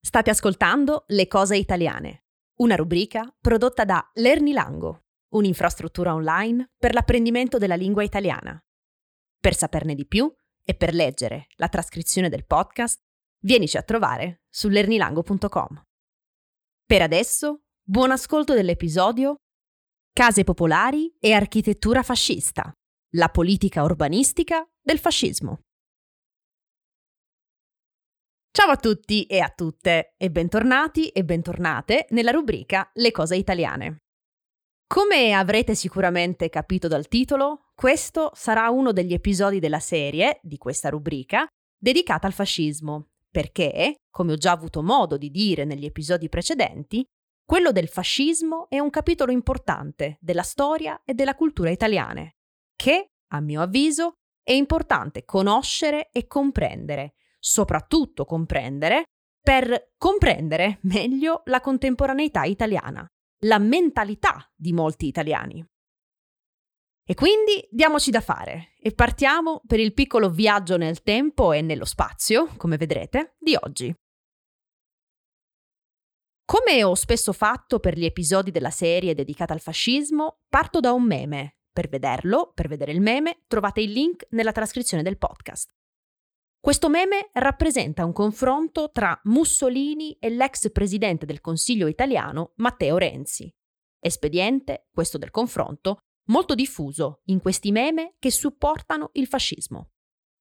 State ascoltando Le Cose Italiane, una rubrica prodotta da Lernilango, un'infrastruttura online per l'apprendimento della lingua italiana. Per saperne di più e per leggere la trascrizione del podcast, vienici a trovare su lernilango.com. Per adesso, buon ascolto dell'episodio Case popolari e architettura fascista, la politica urbanistica del fascismo. Ciao a tutti e a tutte e bentornati e bentornate nella rubrica Le Cose Italiane. Come avrete sicuramente capito dal titolo, questo sarà uno degli episodi della serie, di questa rubrica, dedicata al fascismo, perché, come ho già avuto modo di dire negli episodi precedenti, quello del fascismo è un capitolo importante della storia e della cultura italiane, che, a mio avviso, è importante conoscere e comprendere, soprattutto comprendere, per comprendere meglio la contemporaneità italiana, la mentalità di molti italiani. E quindi diamoci da fare e partiamo per il piccolo viaggio nel tempo e nello spazio, come vedrete, di oggi. Come ho spesso fatto per gli episodi della serie dedicata al fascismo, parto da un meme. Per vedere il meme, trovate il link nella trascrizione del podcast. Questo meme rappresenta un confronto tra Mussolini e l'ex presidente del Consiglio italiano Matteo Renzi. Espediente, questo del confronto, molto diffuso in questi meme che supportano il fascismo.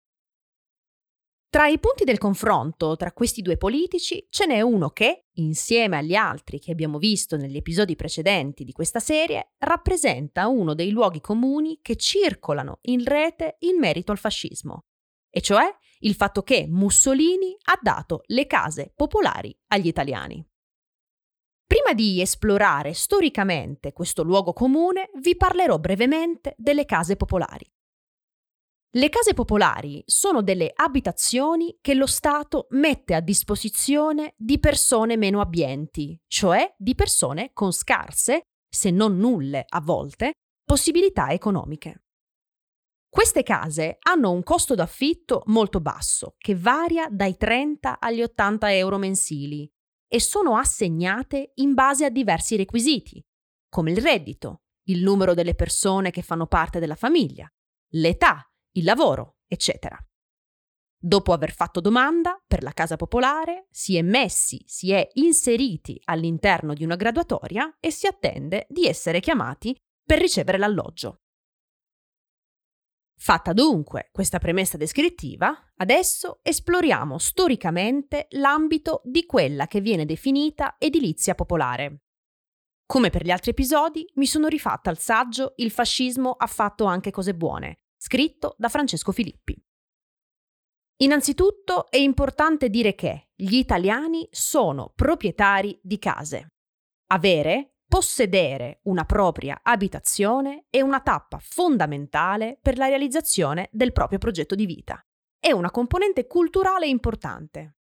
Tra i punti del confronto tra questi due politici ce n'è uno che, insieme agli altri che abbiamo visto negli episodi precedenti di questa serie, rappresenta uno dei luoghi comuni che circolano in rete in merito al fascismo, e cioè il fatto che Mussolini ha dato le case popolari agli italiani. Prima di esplorare storicamente questo luogo comune, vi parlerò brevemente delle case popolari. Le case popolari sono delle abitazioni che lo Stato mette a disposizione di persone meno abbienti, cioè di persone con scarse, se non nulle a volte, possibilità economiche. Queste case hanno un costo d'affitto molto basso, che varia dai 30 agli 80 euro mensili, e sono assegnate in base a diversi requisiti, come il reddito, il numero delle persone che fanno parte della famiglia, l'età, il lavoro, eccetera. Dopo aver fatto domanda per la casa popolare, si è inseriti all'interno di una graduatoria e si attende di essere chiamati per ricevere l'alloggio. Fatta dunque questa premessa descrittiva, adesso esploriamo storicamente l'ambito di quella che viene definita edilizia popolare. Come per gli altri episodi, mi sono rifatta al saggio Il fascismo ha fatto anche cose buone, scritto da Francesco Filippi. Innanzitutto è importante dire che gli italiani sono proprietari di case. Possedere una propria abitazione è una tappa fondamentale per la realizzazione del proprio progetto di vita. È una componente culturale importante.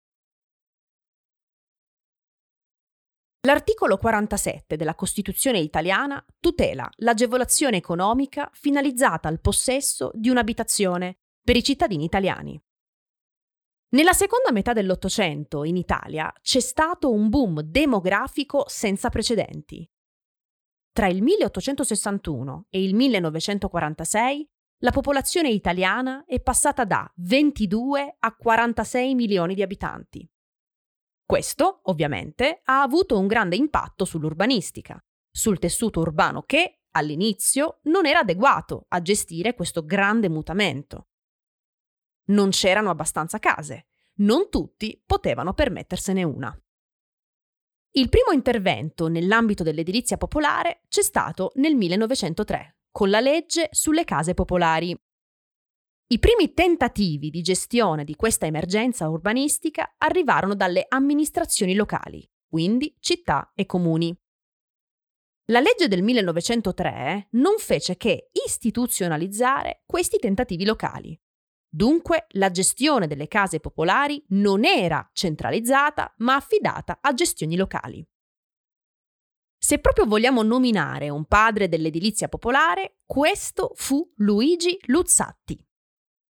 L'articolo 47 della Costituzione italiana tutela l'agevolazione economica finalizzata al possesso di un'abitazione per i cittadini italiani. Nella seconda metà dell'Ottocento in Italia c'è stato un boom demografico senza precedenti. Tra il 1861 e il 1946 la popolazione italiana è passata da 22 a 46 milioni di abitanti. Questo, ovviamente, ha avuto un grande impatto sull'urbanistica, sul tessuto urbano che, all'inizio, non era adeguato a gestire questo grande mutamento. Non c'erano abbastanza case, non tutti potevano permettersene una. Il primo intervento nell'ambito dell'edilizia popolare c'è stato nel 1903, con la legge sulle case popolari. I primi tentativi di gestione di questa emergenza urbanistica arrivarono dalle amministrazioni locali, quindi città e comuni. La legge del 1903 non fece che istituzionalizzare questi tentativi locali. Dunque, la gestione delle case popolari non era centralizzata, ma affidata a gestioni locali. Se proprio vogliamo nominare un padre dell'edilizia popolare, questo fu Luigi Luzzatti.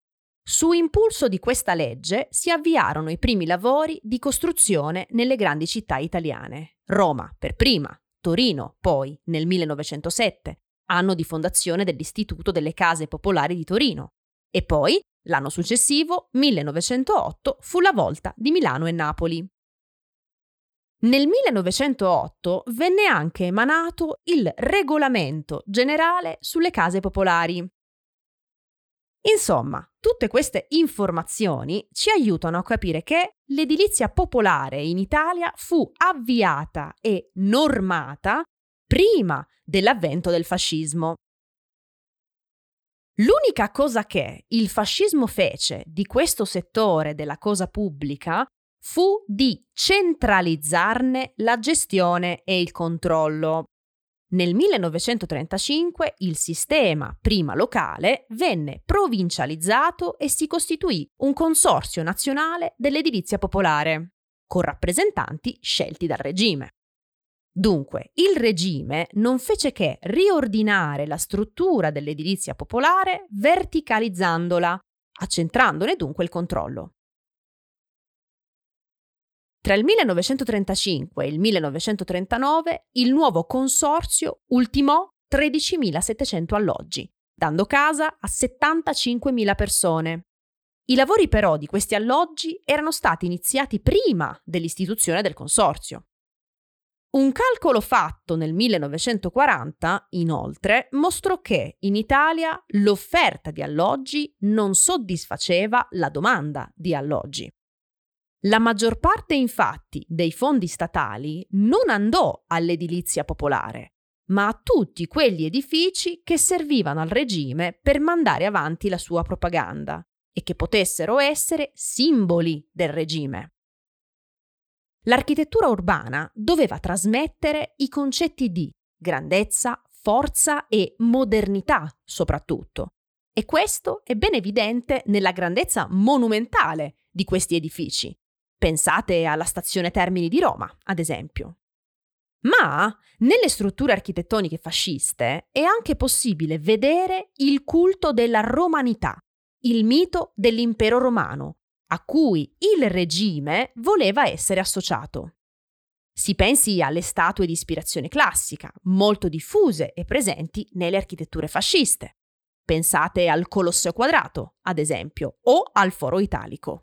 Su impulso di questa legge si avviarono i primi lavori di costruzione nelle grandi città italiane. Roma per prima, Torino poi nel 1907, anno di fondazione dell'Istituto delle Case Popolari di Torino, e poi, l'anno successivo, 1908, fu la volta di Milano e Napoli. Nel 1908 venne anche emanato il Regolamento generale sulle case popolari. Insomma, tutte queste informazioni ci aiutano a capire che l'edilizia popolare in Italia fu avviata e normata prima dell'avvento del fascismo. L'unica cosa che il fascismo fece di questo settore della cosa pubblica fu di centralizzarne la gestione e il controllo. Nel 1935 il sistema, prima locale, venne provincializzato e si costituì un consorzio nazionale dell'edilizia popolare, con rappresentanti scelti dal regime. Dunque, il regime non fece che riordinare la struttura dell'edilizia popolare verticalizzandola, accentrandone dunque il controllo. Tra il 1935 e il 1939 il nuovo consorzio ultimò 13.700 alloggi, dando casa a 75.000 persone. I lavori però di questi alloggi erano stati iniziati prima dell'istituzione del consorzio. Un calcolo fatto nel 1940, inoltre, mostrò che in Italia l'offerta di alloggi non soddisfaceva la domanda di alloggi. La maggior parte, infatti, dei fondi statali non andò all'edilizia popolare, ma a tutti quegli edifici che servivano al regime per mandare avanti la sua propaganda e che potessero essere simboli del regime. L'architettura urbana doveva trasmettere i concetti di grandezza, forza e modernità soprattutto. E questo è ben evidente nella grandezza monumentale di questi edifici. Pensate alla stazione Termini di Roma, ad esempio. Ma nelle strutture architettoniche fasciste è anche possibile vedere il culto della romanità, il mito dell'impero romano, a cui il regime voleva essere associato. Si pensi alle statue di ispirazione classica, molto diffuse e presenti nelle architetture fasciste. Pensate al Colosseo quadrato, ad esempio, o al Foro Italico.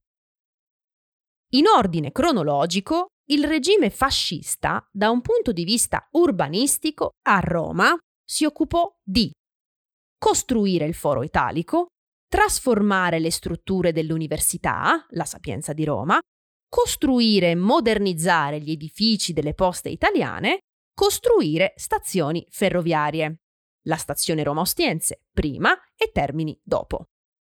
In ordine cronologico, il regime fascista, da un punto di vista urbanistico, a Roma si occupò di costruire il Foro Italico, trasformare le strutture dell'università, la Sapienza di Roma, costruire e modernizzare gli edifici delle poste italiane, costruire stazioni ferroviarie, la stazione Roma Ostiense prima e Termini dopo.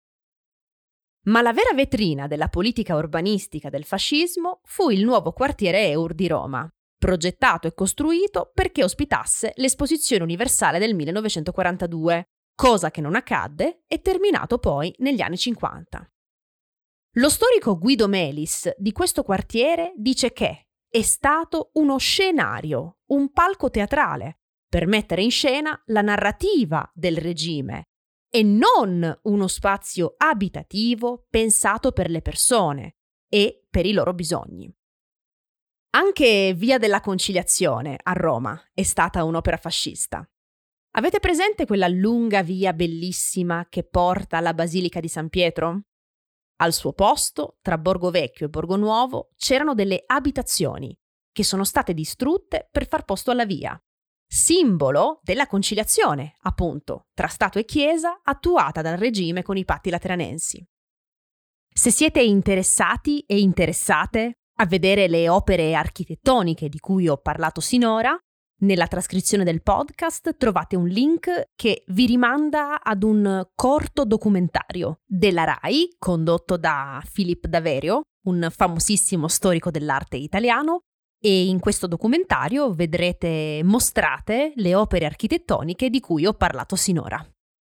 Ma la vera vetrina della politica urbanistica del fascismo fu il nuovo quartiere Eur di Roma, progettato e costruito perché ospitasse l'Esposizione Universale del 1942, cosa che non accadde e terminato poi negli anni 50. Lo storico Guido Melis di questo quartiere dice che è stato uno scenario, un palco teatrale, per mettere in scena la narrativa del regime e non uno spazio abitativo pensato per le persone e per i loro bisogni. Anche Via della Conciliazione a Roma è stata un'opera fascista. Avete presente quella lunga via bellissima che porta alla Basilica di San Pietro? Al suo posto, tra Borgo Vecchio e Borgo Nuovo, c'erano delle abitazioni che sono state distrutte per far posto alla via. Simbolo della conciliazione, appunto, tra Stato e Chiesa attuata dal regime con i patti lateranensi. Se siete interessati e interessate a vedere le opere architettoniche di cui ho parlato sinora, nella trascrizione del podcast trovate un link che vi rimanda ad un corto documentario della RAI condotto da Philippe Daverio, un famosissimo storico dell'arte italiano, e in questo documentario vedrete mostrate le opere architettoniche di cui ho parlato sinora.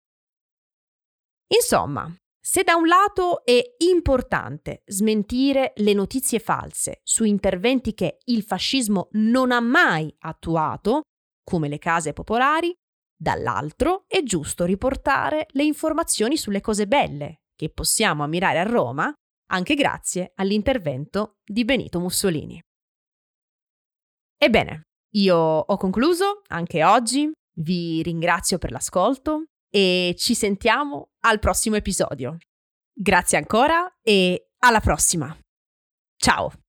Insomma, se da un lato è importante smentire le notizie false su interventi che il fascismo non ha mai attuato, come le case popolari, dall'altro è giusto riportare le informazioni sulle cose belle che possiamo ammirare a Roma anche grazie all'intervento di Benito Mussolini. Ebbene, io ho concluso anche oggi, vi ringrazio per l'ascolto e ci sentiamo al prossimo episodio. Grazie ancora e alla prossima. Ciao!